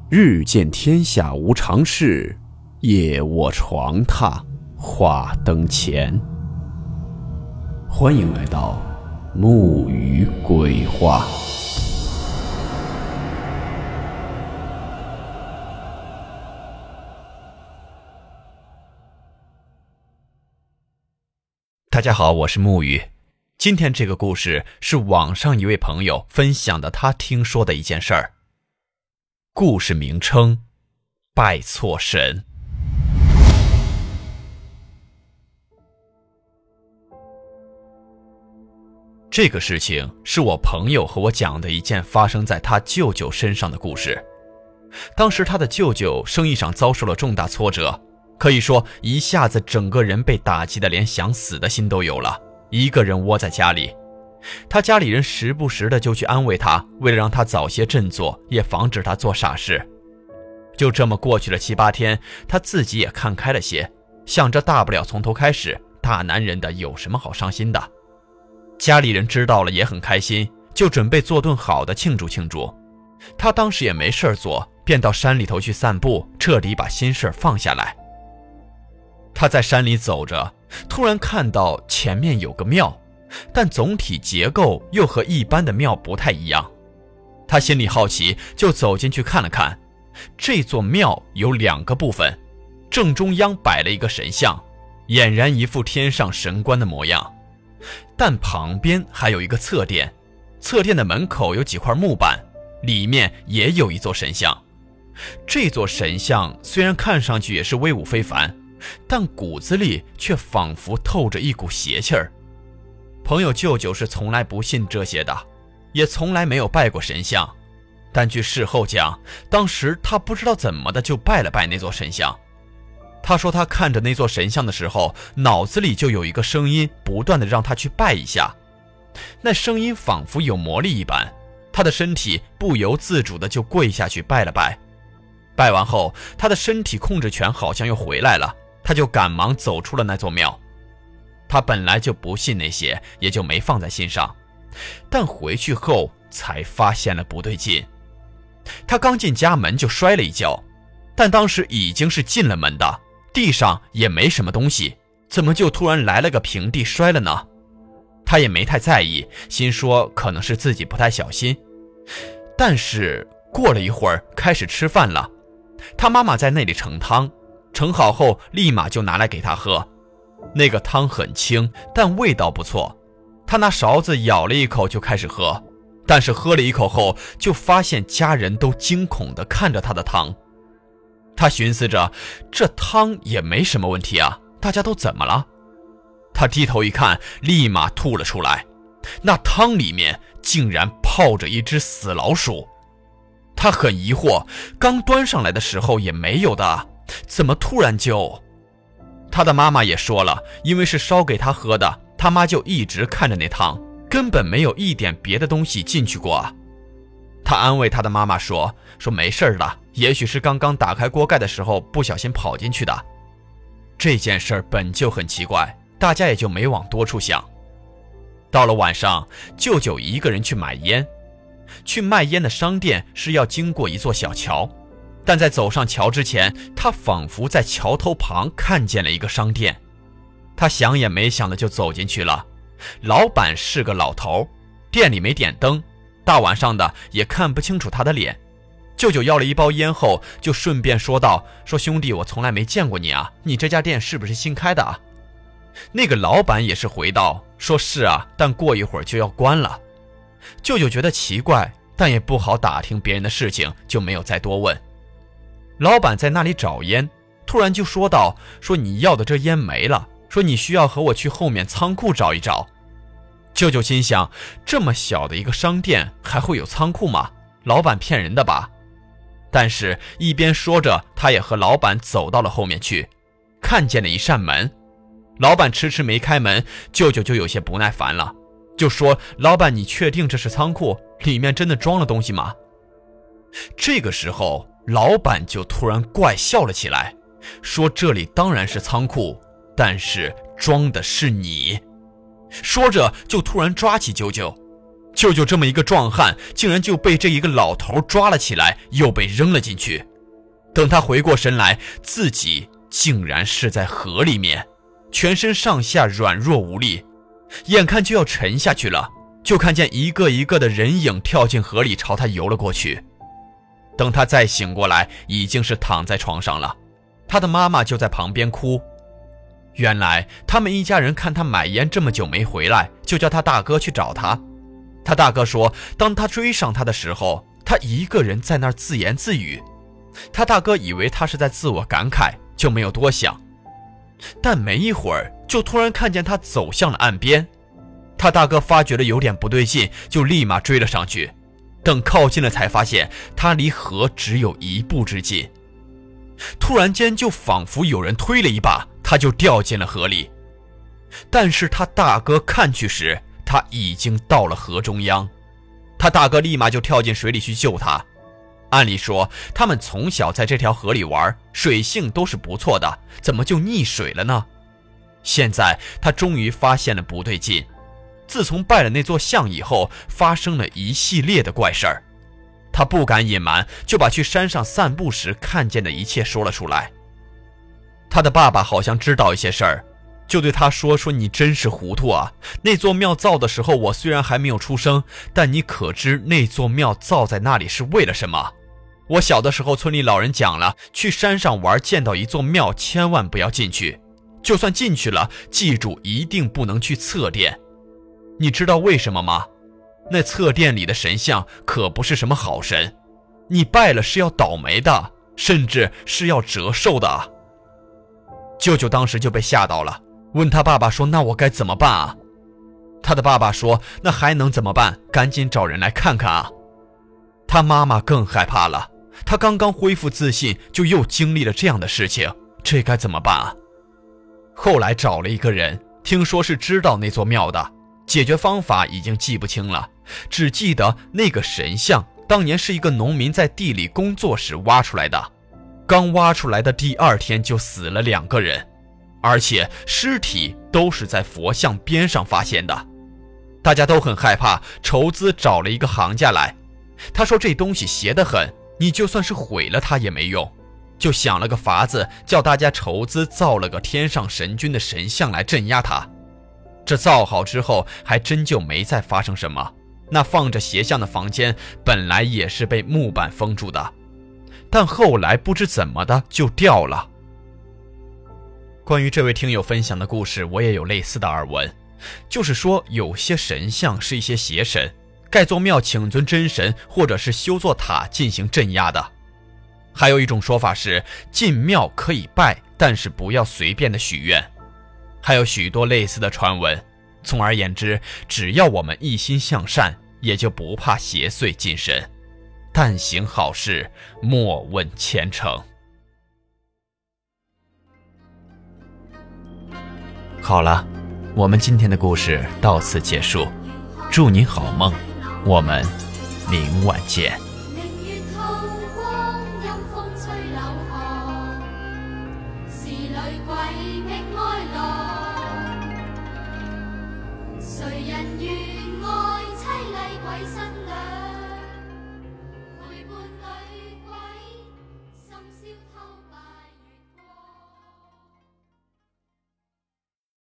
日见天下无常事，夜卧床榻话灯前。欢迎来到木鱼鬼话。 大家好，我是木鱼。今天这个故事是网上一位朋友分享的他听说的一件事儿。故事名称：拜错神。这个事情是我朋友和我讲的一件发生在他舅舅身上的故事。当时他的舅舅生意上遭受了重大挫折，可以说一下子整个人被打击的连想死的心都有了，一个人窝在家里。他家里人时不时的就去安慰他，为了让他早些振作，也防止他做傻事。就这么过去了7、8天，他自己也看开了些，想着大不了从头开始，大男人的有什么好伤心的。家里人知道了也很开心，就准备做顿好的庆祝庆祝。他当时也没事做，便到山里头去散步，彻底把心事放下来。他在山里走着，突然看到前面有个庙，但总体结构又和一般的庙不太一样。他心里好奇，就走进去看了看。这座庙有2个部分，正中央摆了一个神像，俨然一副天上神官的模样。但旁边还有一个侧殿，侧殿的门口有几块木板，里面也有一座神像。这座神像虽然看上去也是威武非凡，但骨子里却仿佛透着一股邪气儿。朋友舅舅是从来不信这些的，也从来没有拜过神像，但据事后讲，当时他不知道怎么的就拜了拜那座神像。他说他看着那座神像的时候，脑子里就有一个声音不断的让他去拜一下，那声音仿佛有魔力一般，他的身体不由自主的就跪下去拜了拜。拜完后，他的身体控制权好像又回来了，他就赶忙走出了那座庙。他本来就不信那些，也就没放在心上，但回去后才发现了不对劲。他刚进家门就摔了一跤，但当时已经是进了门的，地上也没什么东西，怎么就突然来了个平地摔了呢？他也没太在意，心说可能是自己不太小心。但是过了一会儿开始吃饭了，他妈妈在那里盛汤，盛好后立马就拿来给他喝。那个汤很清，但味道不错。他拿勺子舀了一口就开始喝，但是喝了一口后就发现家人都惊恐地看着他的汤。他寻思着这汤也没什么问题啊，大家都怎么了？他低头一看，立马吐了出来，那汤里面竟然泡着一只死老鼠。他很疑惑，刚端上来的时候也没有的，怎么突然就……他的妈妈也说了，因为是烧给他喝的，他妈就一直看着那汤，根本没有一点别的东西进去过啊。他安慰他的妈妈说没事的，也许是刚刚打开锅盖的时候不小心跑进去的。这件事本就很奇怪，大家也就没往多处想。到了晚上，舅舅一个人去买烟。去卖烟的商店是要经过一座小桥，但在走上桥之前，他仿佛在桥头旁看见了一个商店。他想也没想的就走进去了。老板是个老头，店里没点灯，大晚上的也看不清楚他的脸。舅舅要了一包烟后，就顺便说道：兄弟，我从来没见过你啊，你这家店是不是新开的啊？那个老板也是回道：是啊，但过一会儿就要关了。舅舅觉得奇怪，但也不好打听别人的事情，就没有再多问。老板在那里找烟，突然就说道：你要的这烟没了，你需要和我去后面仓库找一找。舅舅心想，这么小的一个商店还会有仓库吗？老板骗人的吧？但是一边说着，他也和老板走到了后面去，看见了一扇门。老板迟迟没开门，舅舅就有些不耐烦了，就说：老板，你确定这是仓库？里面真的装了东西吗？这个时候老板就突然怪笑了起来，说这里当然是仓库，但是装的是你。说着就突然抓起舅舅， 舅舅这么一个壮汉，竟然就被这一个老头抓了起来，又被扔了进去。等他回过神来，自己竟然是在河里面，全身上下软弱无力，眼看就要沉下去了，就看见一个一个的人影跳进河里，朝他游了过去。等他再醒过来，已经是躺在床上了，他的妈妈就在旁边哭。原来他们一家人看他买烟这么久没回来，就叫他大哥去找他。他大哥说，当他追上他的时候，他一个人在那儿自言自语。他大哥以为他是在自我感慨，就没有多想。但没一会儿，就突然看见他走向了岸边。他大哥发觉了有点不对劲，就立马追了上去。等靠近了，才发现他离河只有1步之近。突然间，就仿佛有人推了一把，他就掉进了河里。但是他大哥看去时，他已经到了河中央。他大哥立马就跳进水里去救他。按理说他们从小在这条河里玩，水性都是不错的，怎么就溺水了呢？现在他终于发现了不对劲。自从拜了那座像以后，发生了一系列的怪事儿。他不敢隐瞒，就把去山上散步时看见的一切说了出来。他的爸爸好像知道一些事儿，就对他说你真是糊涂啊，那座庙造的时候我虽然还没有出生，但你可知那座庙造在那里是为了什么？我小的时候村里老人讲了，去山上玩见到一座庙千万不要进去，就算进去了，记住一定不能去侧殿。你知道为什么吗？那侧殿里的神像可不是什么好神，你拜了是要倒霉的，甚至是要折寿的。舅舅当时就被吓到了，问他爸爸说，那我该怎么办啊？他的爸爸说，那还能怎么办，赶紧找人来看看啊。他妈妈更害怕了，他刚刚恢复自信，就又经历了这样的事情，这该怎么办啊？后来找了一个人，听说是知道那座庙的，解决方法已经记不清了，只记得那个神像当年是一个农民在地里工作时挖出来的，刚挖出来的第2天就死了2个人，而且尸体都是在佛像边上发现的。大家都很害怕，筹资找了一个行家来。他说这东西邪得很，你就算是毁了它也没用，就想了个法子，叫大家筹资造了个天上神君的神像来镇压它。这造好之后还真就没再发生什么，那放着邪像的房间本来也是被木板封住的，但后来不知怎么的就掉了。关于这位听友分享的故事，我也有类似的耳闻，就是说有些神像是一些邪神，盖座庙请尊真神，或者是修座塔进行镇压的。还有一种说法是，进庙可以拜，但是不要随便的许愿。还有许多类似的传闻。总而言之，只要我们一心向善，也就不怕邪祟近身。但行好事，莫问前程。好了，我们今天的故事到此结束，祝您好梦，我们明晚见。 谁人愿爱凄厉鬼身？